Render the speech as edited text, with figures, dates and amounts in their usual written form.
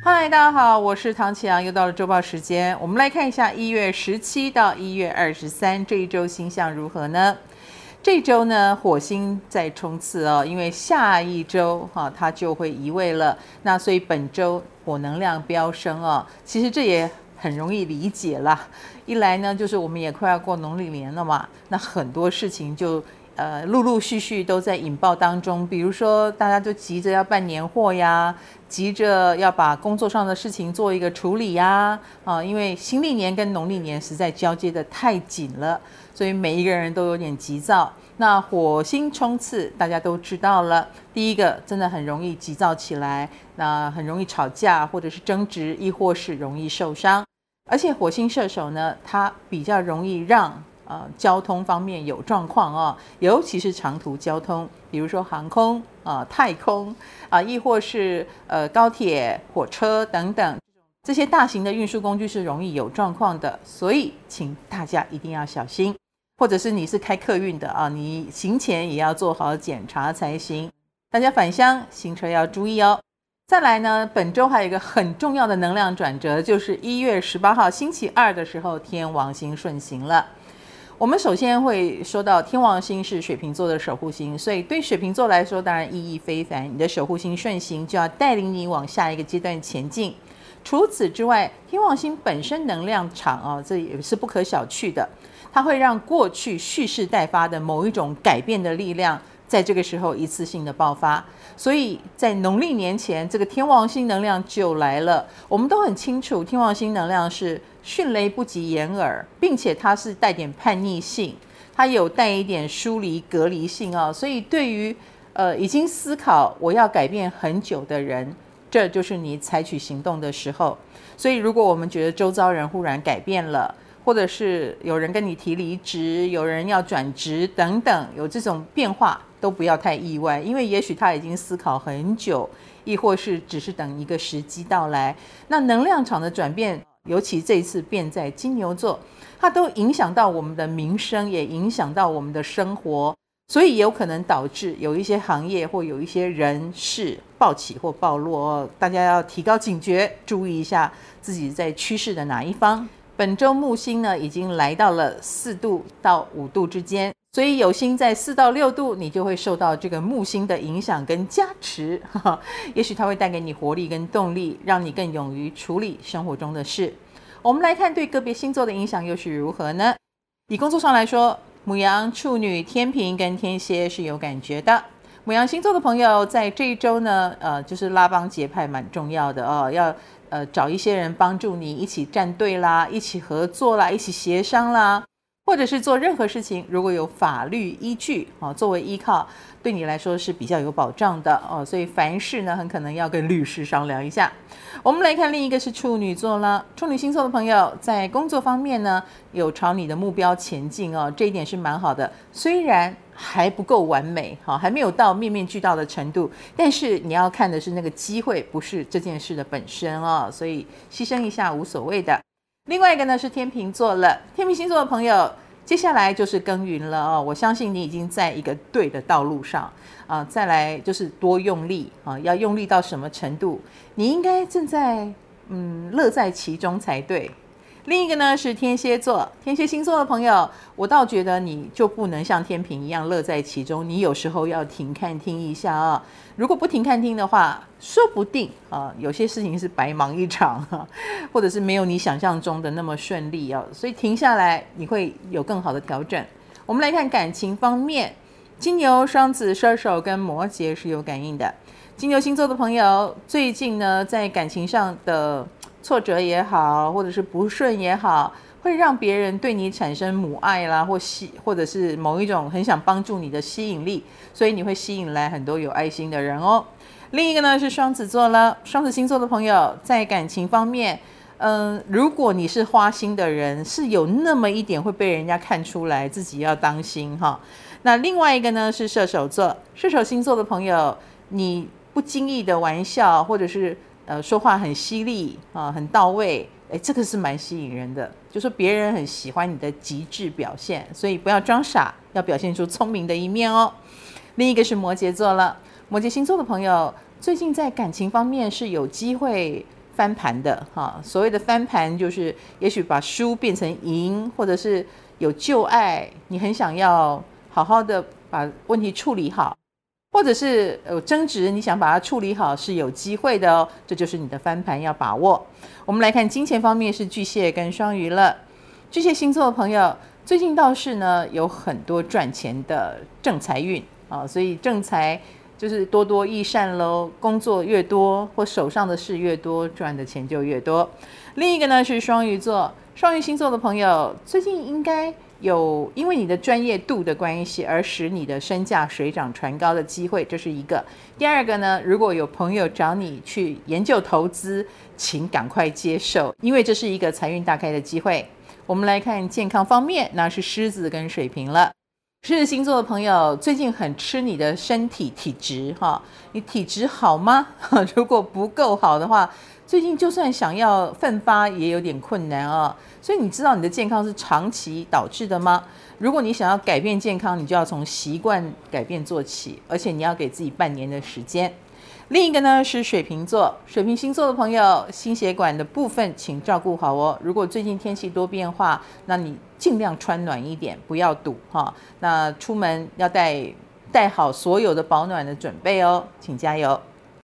嗨，大家好，我是唐启阳，又到了周报时间。我们来看一下1月17到1月23这一周星象如何呢？这一周呢，火星在冲刺哦，因为下一周它就会移位了，那所以本周火能量飙升哦。其实这也很容易理解啦，一来呢，就是我们也快要过农历年了嘛，那很多事情就陆陆续续都在引爆当中，比如说大家就急着要办年货呀，急着要把工作上的事情做一个处理呀，因为新历年跟农历年实在交接的太紧了，所以每一个人都有点急躁。那火星冲刺大家都知道了，第一个真的很容易急躁起来，那很容易吵架或者是争执，亦或是容易受伤。而且火星射手呢，它比较容易让交通方面有状况哦，尤其是长途交通，比如说航空太空亦或是高铁、火车等等，这些大型的运输工具是容易有状况的，所以请大家一定要小心。或者是你是开客运的你行前也要做好检查才行。大家返乡行车要注意哦。再来呢，本周还有一个很重要的能量转折，就是1月18号星期二的时候，天王星顺行了。我们首先会说到天王星是水瓶座的守护星，所以对水瓶座来说当然意义非凡，你的守护星顺行就要带领你往下一个阶段前进。除此之外，天王星本身能量场这也是不可小觑的，它会让过去蓄势待发的某一种改变的力量在这个时候一次性的爆发，所以在农历年前这个天王星能量就来了。我们都很清楚天王星能量是迅雷不及掩耳，并且它是带点叛逆性，它有带一点疏离隔离性所以对于已经思考我要改变很久的人，这就是你采取行动的时候。所以如果我们觉得周遭人忽然改变了，或者是有人跟你提离职，有人要转职等等，有这种变化都不要太意外，因为也许他已经思考很久，亦或是只是等一个时机到来。那能量场的转变，尤其这一次变在金牛座，它都影响到我们的民生，也影响到我们的生活，所以有可能导致有一些行业或有一些人事暴起或暴落大家要提高警觉，注意一下自己在趋势的哪一方。本周木星呢已经来到了4度到5度之间，所以有星在4到6度，你就会受到这个木星的影响跟加持也许它会带给你活力跟动力，让你更勇于处理生活中的事。我们来看对个别星座的影响又是如何呢？以工作上来说，牡羊、处女、天秤跟天蝎是有感觉的。牡羊星座的朋友在这一周呢就是拉帮结派蛮重要的要找一些人帮助你一起站队啦，一起合作啦，一起协商啦，或者是做任何事情如果有法律依据作为依靠，对你来说是比较有保障的所以凡事呢很可能要跟律师商量一下。我们来看另一个是处女座了。处女星座的朋友在工作方面呢有朝你的目标前进这一点是蛮好的，虽然还不够完美还没有到面面俱到的程度，但是你要看的是那个机会，不是这件事的本身所以牺牲一下无所谓的。另外一个呢是天秤座了。天秤星座的朋友接下来就是耕耘了我相信你已经在一个对的道路上再来就是多用力要用力到什么程度，你应该正在乐在其中才对。另一个呢是天蝎座。天蝎星座的朋友，我倒觉得你就不能像天秤一样乐在其中，你有时候要停看听一下如果不停看听的话，说不定有些事情是白忙一场或者是没有你想象中的那么顺利所以停下来你会有更好的调整。我们来看感情方面，金牛、双子、射手跟摩羯是有感应的。金牛星座的朋友最近呢在感情上的挫折也好，或者是不顺也好，会让别人对你产生母爱啦，或者是某一种很想帮助你的吸引力，所以你会吸引来很多有爱心的人另一个呢是双子座了。双子星座的朋友在感情方面如果你是花心的人，是有那么一点会被人家看出来，自己要当心那另外一个呢是射手座。射手星座的朋友，你不经意的玩笑或者是说话很犀利很到位这个是蛮吸引人的，就说别人很喜欢你的极致表现，所以不要装傻，要表现出聪明的一面另一个是摩羯座了。摩羯星座的朋友最近在感情方面是有机会翻盘的哈。所谓的翻盘，就是也许把输变成赢，或者是有旧爱，你很想要好好的把问题处理好，或者是有争执，你想把它处理好是有机会的哦。这就是你的翻盘，要把握。我们来看金钱方面是巨蟹跟双鱼了。巨蟹星座的朋友，最近倒是呢有很多赚钱的正财运啊，所以正财就是多多益善喽。工作越多或手上的事越多，赚的钱就越多。另一个呢是双鱼座，双鱼星座的朋友，最近应该有因为你的专业度的关系而使你的身价水涨船高的机会，这是一个。第二个呢，如果有朋友找你去研究投资，请赶快接受，因为这是一个财运大开的机会。我们来看健康方面，那是狮子跟水瓶了。狮子星座的朋友最近很吃你的身体体质哈，你体质好吗？如果不够好的话，最近就算想要奋发也有点困难哦。所以你知道你的健康是长期导致的吗？如果你想要改变健康，你就要从习惯改变做起，而且你要给自己半年的时间。另一个呢是水瓶座，水瓶星座的朋友，心血管的部分请照顾好哦。如果最近天气多变化，那你尽量穿暖一点，不要堵哈。那出门要带好所有的保暖的准备哦，请加油。